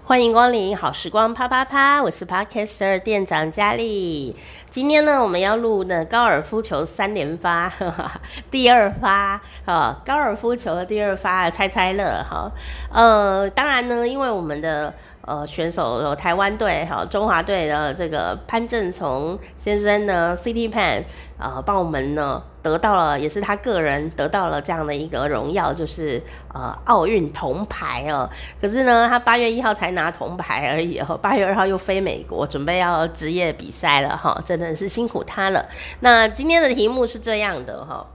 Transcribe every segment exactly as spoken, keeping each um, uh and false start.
欢迎光临好时光啪啪啪，我是 Podcaster 店长佳丽。今天呢，我们要录呢高尔夫球三连发，呵呵第二发啊，高尔夫球的第二发，猜猜乐哈。呃，当然呢，因为我们的呃选手有台湾队哈，中华队的这个潘正从先生呢 ，City Pan 呃帮我们呢得到了，也是他个人得到了这样的一个荣耀，就是呃奥运铜牌哦。可是呢，他八月一号才拿铜牌而已哦，八月二号又飞美国，准备要职业比赛了哈，真的是辛苦他了。那今天的题目是这样的哈，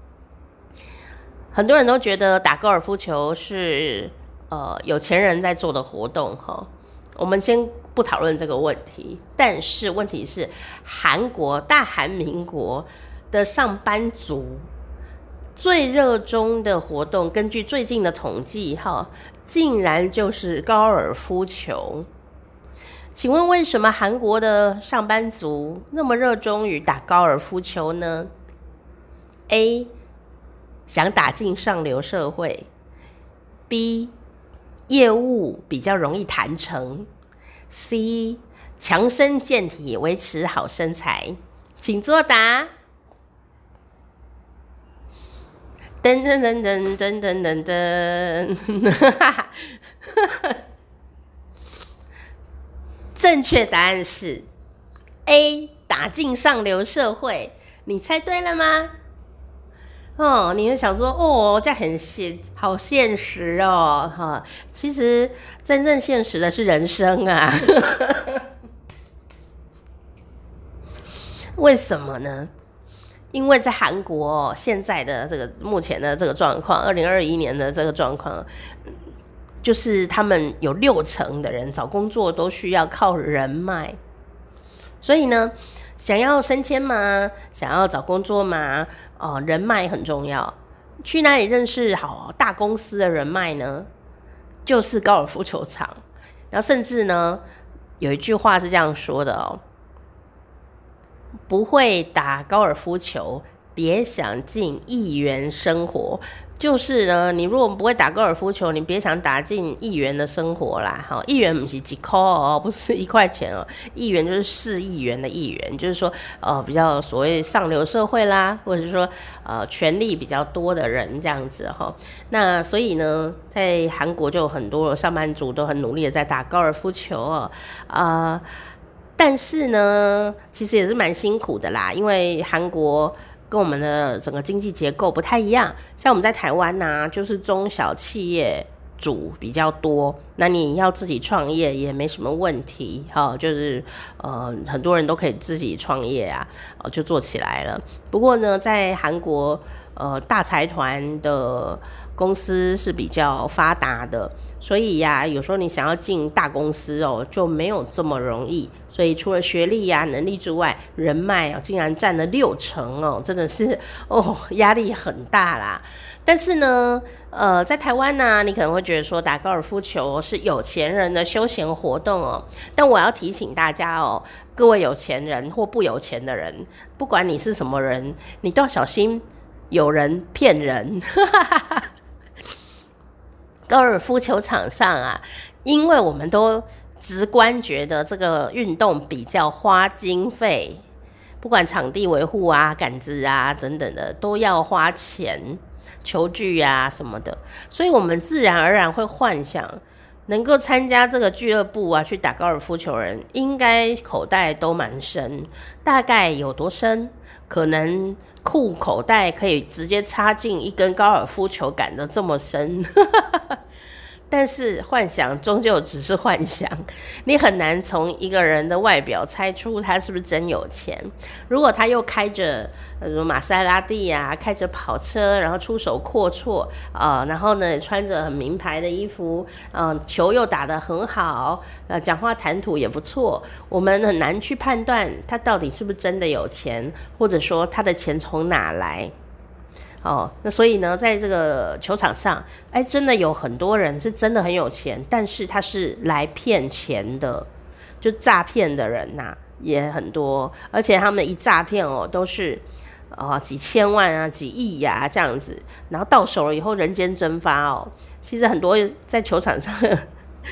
很多人都觉得打高尔夫球是呃有钱人在做的活动哈。我们先不讨论这个问题，但是问题是韩国大韩民国的上班族最热衷的活动，根据最近的统计哈，竟然就是高尔夫球。请问为什么韩国的上班族那么热衷于打高尔夫球呢？ A. 想打进上流社会， B. 业务比较容易谈成， C. 强身健体维持好身材。请作答。噔噔噔噔噔噔噔噔，正确答案是 A. 打进上流社会。你猜对了吗？哦，你会想说，哦，这很现，好现实哦，哈，其实真正现实的是人生啊。为什么呢？因为在韩国、哦、现在的这个目前的这个状况，二零二一年的这个状况，就是他们有六成的人找工作都需要靠人脉，所以呢，想要升迁嘛，想要找工作嘛，哦，人脉很重要。去哪里认识好大公司的人脉呢？就是高尔夫球场。然后甚至呢，有一句话是这样说的哦。不会打高尔夫球，别想进议员生活。就是呢，你如果不会打高尔夫球，你别想打进议员的生活啦。好，议员不是几块哦，不是一块钱哦，议员就是市议员的议员，就是说呃比较所谓上流社会啦，或者是说呃权力比较多的人这样子哈。那所以呢，在韩国就有很多上班族都很努力的在打高尔夫球哦，啊、呃。但是呢，其实也是蛮辛苦的啦，因为韩国跟我们的整个经济结构不太一样。像我们在台湾啊，就是中小企业主比较多，那你要自己创业也没什么问题，哈，就是呃很多人都可以自己创业啊，呃就做起来了。不过呢，在韩国呃大财团的公司是比较发达的，所以呀、啊，有时候你想要进大公司哦，就没有这么容易。所以除了学历呀、啊、能力之外，人脉哦竟然占了六成哦，真的是哦压力很大啦。但是呢，呃，在台湾呢、啊，你可能会觉得说打高尔夫球是有钱人的休闲活动哦。但我要提醒大家哦，各位有钱人或不有钱的人，不管你是什么人，你都要小心有人骗人。高尔夫球场上啊，因为我们都直观觉得这个运动比较花经费，不管场地维护啊、杆子啊等等的都要花钱，球具啊什么的，所以我们自然而然会幻想，能够参加这个俱乐部啊去打高尔夫球人，应该口袋都蛮深，大概有多深？可能裤口袋可以直接插进一根高尔夫球杆的这么深。但是幻想终究只是幻想，你很难从一个人的外表猜出他是不是真有钱。如果他又开着呃玛莎拉蒂啊，开着跑车，然后出手阔绰啊、呃，然后呢穿着很名牌的衣服，嗯、呃，球又打得很好，呃，讲话谈吐也不错，我们很难去判断他到底是不是真的有钱，或者说他的钱从哪来。哦，那所以呢，在这个球场上，哎，真的有很多人是真的很有钱，但是他是来骗钱的，就诈骗的人呐、啊、也很多，而且他们一诈骗哦，都是哦几千万啊、几亿呀、啊、这样子，然后到手了以后人间蒸发哦。其实很多在球场上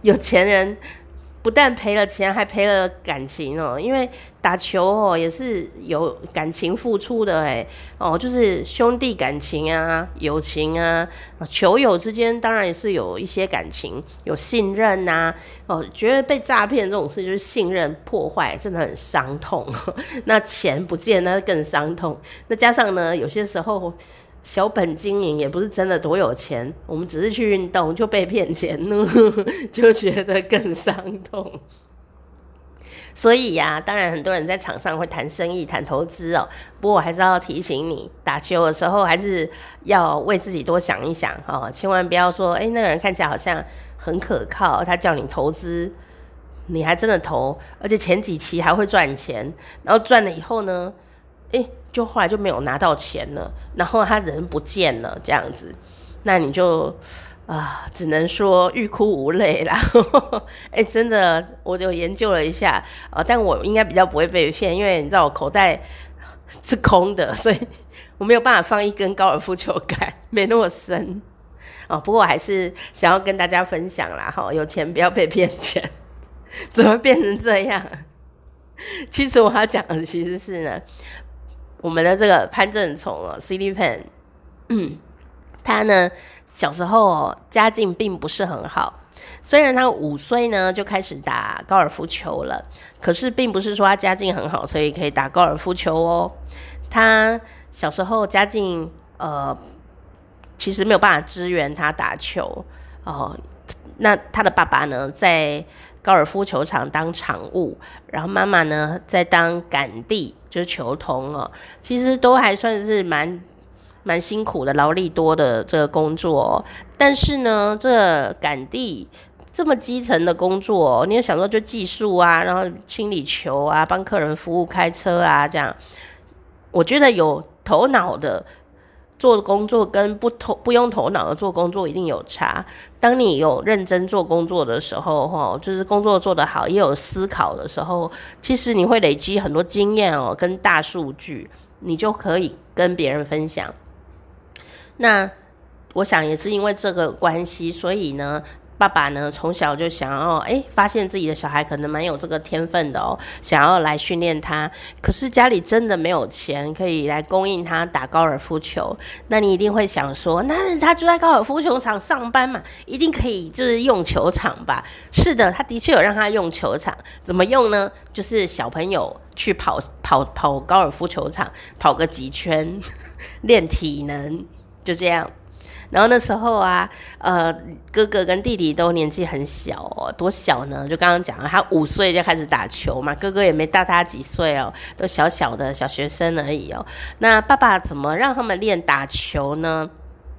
有钱人不但赔了钱，还赔了感情哦。因为打球哦，也是有感情付出的哎哦，就是兄弟感情啊、友情啊，球友之间当然也是有一些感情，有信任呐、啊。哦，觉得被诈骗这种事就是信任破坏，真的很伤痛。那钱不见，那更伤痛。那加上呢，有些时候小本经营也不是真的多有钱，我们只是去运动就被骗钱，就觉得更伤痛。所以呀、啊，当然很多人在场上会谈生意、谈投资哦。不过我还是要提醒你，打球的时候还是要为自己多想一想哦，千万不要说，哎，那个人看起来好像很可靠，他叫你投资，你还真的投，而且前几期还会赚钱，然后赚了以后呢，哎。就后来就没有拿到钱了，然后他人不见了，这样子，那你就啊、呃，只能说欲哭无泪啦。哎、欸，真的，我有研究了一下啊、呃，但我应该比较不会被骗，因为你知道我口袋是空的，所以我没有办法放一根高尔夫球杆，没那么深啊、哦。不过我还是想要跟大家分享啦，哈，有钱不要被骗钱，怎么变成这样？其实我要讲的其实是呢。我们的这个潘正崇哦 ，C D Pen， 嗯，他呢小时候哦家境并不是很好，虽然他五岁呢就开始打高尔夫球了，可是并不是说他家境很好，所以可以打高尔夫球哦。他小时候家境呃其实没有办法支援他打球哦。那他的爸爸呢在高尔夫球场当场务，然后妈妈呢在当杆弟，就是球童哦，其实都还算是蛮蛮辛苦的，劳力多的这个工作哦。但是呢，这杆弟这么基层的工作哦，你有想说就技术啊，然后清理球啊，帮客人服务、开车啊，这样，我觉得有头脑的做工作跟不头不用头脑的做工作一定有差。当你有认真做工作的时候，就是工作做得好，也有思考的时候，其实你会累积很多经验哦，跟大数据，你就可以跟别人分享。那我想也是因为这个关系，所以呢。爸爸呢，从小就想要，哎，发现自己的小孩可能蛮有这个天分的哦，想要来训练他。可是家里真的没有钱可以来供应他打高尔夫球，那你一定会想说，那他就在高尔夫球场上班嘛，一定可以就是用球场吧？是的，他的确有让他用球场，怎么用呢？就是小朋友去跑跑跑高尔夫球场，跑个几圈，练体能，就这样。然后那时候啊，呃，哥哥跟弟弟都年纪很小哦，多小呢？就刚刚讲了，他五岁就开始打球嘛，哥哥也没大他几岁哦，都小小的小学生而已哦。那爸爸怎么让他们练打球呢？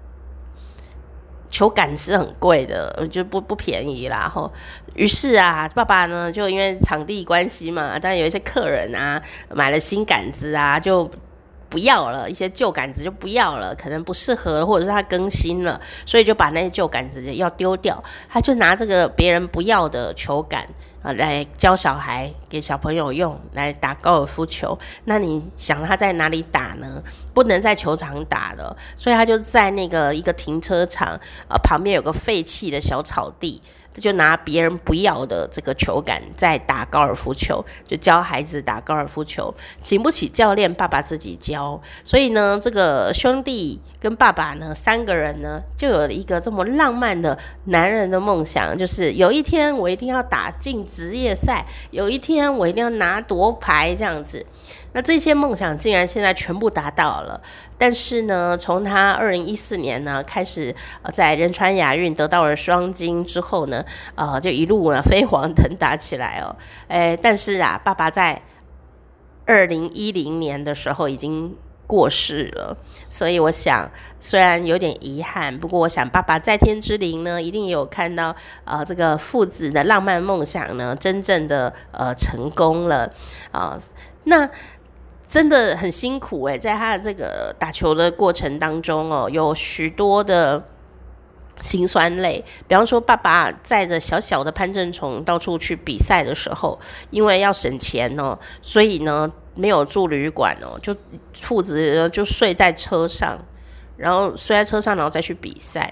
球杆是很贵的，就不不便宜啦。吼，于是啊，爸爸呢就因为场地关系嘛，当然有一些客人啊买了新杆子啊，就。不要了，一些旧杆子就不要了，可能不适合，或者是他更新了，所以就把那些旧杆子要丢掉。他就拿这个别人不要的球杆啊、呃、来教小孩，给小朋友用来打高尔夫球。那你想他在哪里打呢？不能在球场打了，所以他就在那个一个停车场呃旁边有个废弃的小草地。就拿别人不要的这个球杆在打高尔夫球，就教孩子打高尔夫球，请不起教练，爸爸自己教。所以呢，这个兄弟跟爸爸呢，三个人呢，就有了一个这么浪漫的男人的梦想，就是有一天我一定要打进职业赛，有一天我一定要拿夺牌这样子。那这些梦想竟然现在全部达到了，但是呢，从他二零一四年呢开始，呃，在仁川亚运得到了双金之后呢，呃，就一路呢飞黄腾达起来哦，哎，但是啊，爸爸在二零一零年的时候已经过世了，所以我想虽然有点遗憾，不过我想爸爸在天之灵呢，一定有看到呃这个父子的浪漫梦想呢，真正的呃成功了啊、呃，那。真的很辛苦哎、欸，在他的这个打球的过程当中哦，有许多的辛酸泪。比方说，爸爸载着小小的潘正崇到处去比赛的时候，因为要省钱哦，所以呢没有住旅馆哦，就父子就睡在车上，然后睡在车上，然后再去比赛。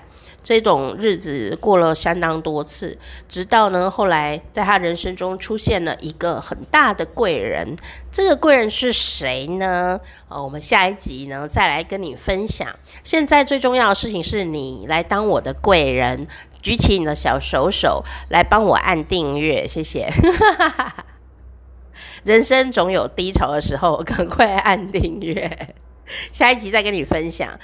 这种日子过了相当多次，直到呢后来在他人生中出现了一个很大的贵人。这个贵人是谁呢？呃，我们下一集呢再来跟你分享。现在最重要的事情是你来当我的贵人，举起你的小手手来帮我按订阅，谢谢。人生总有低潮的时候，赶快按订阅。下一集再跟你分享。